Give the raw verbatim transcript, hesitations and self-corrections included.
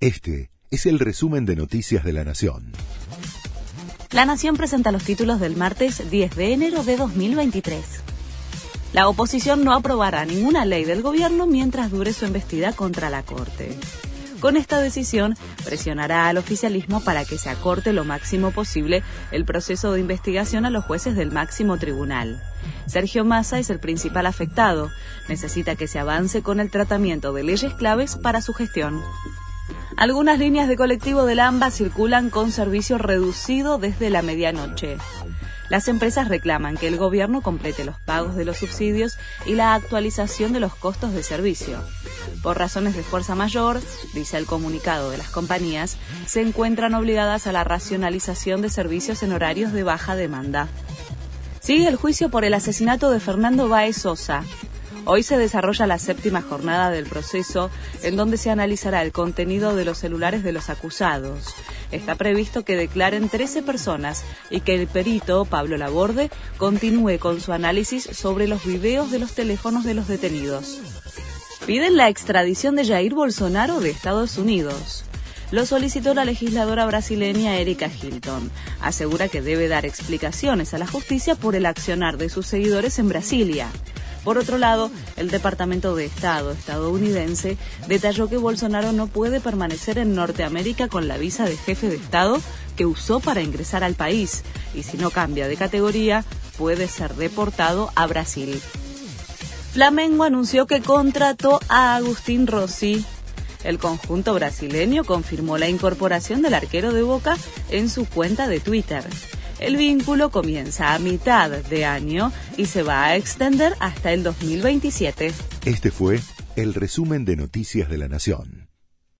Este es el resumen de Noticias de la Nación. La Nación presenta los títulos del martes diez de enero de dos mil veintitrés. La oposición no aprobará ninguna ley del gobierno mientras dure su embestida contra la Corte. Con esta decisión, presionará al oficialismo para que se acorte lo máximo posible el proceso de investigación a los jueces del máximo tribunal. Sergio Massa es el principal afectado. Necesita que se avance con el tratamiento de leyes claves para su gestión. Algunas líneas de colectivo del AMBA circulan con servicio reducido desde la medianoche. Las empresas reclaman que el gobierno complete los pagos de los subsidios y la actualización de los costos de servicio. Por razones de fuerza mayor, dice el comunicado de las compañías, se encuentran obligadas a la racionalización de servicios en horarios de baja demanda. Sigue el juicio por el asesinato de Fernando Báez Sosa. Hoy se desarrolla la séptima jornada del proceso, en donde se analizará el contenido de los celulares de los acusados. Está previsto que declaren trece personas y que el perito, Pablo Laborde, continúe con su análisis sobre los videos de los teléfonos de los detenidos. Piden la extradición de Jair Bolsonaro de Estados Unidos. Lo solicitó la legisladora brasileña Erika Hilton. Asegura que debe dar explicaciones a la justicia por el accionar de sus seguidores en Brasilia. Por otro lado, el Departamento de Estado estadounidense detalló que Bolsonaro no puede permanecer en Norteamérica con la visa de jefe de Estado que usó para ingresar al país, y si no cambia de categoría, puede ser deportado a Brasil. Flamengo anunció que contrató a Agustín Rossi. El conjunto brasileño confirmó la incorporación del arquero de Boca en su cuenta de Twitter. El vínculo comienza a mitad de año y se va a extender hasta el dos mil veintisiete. Este fue el resumen de Noticias de la Nación.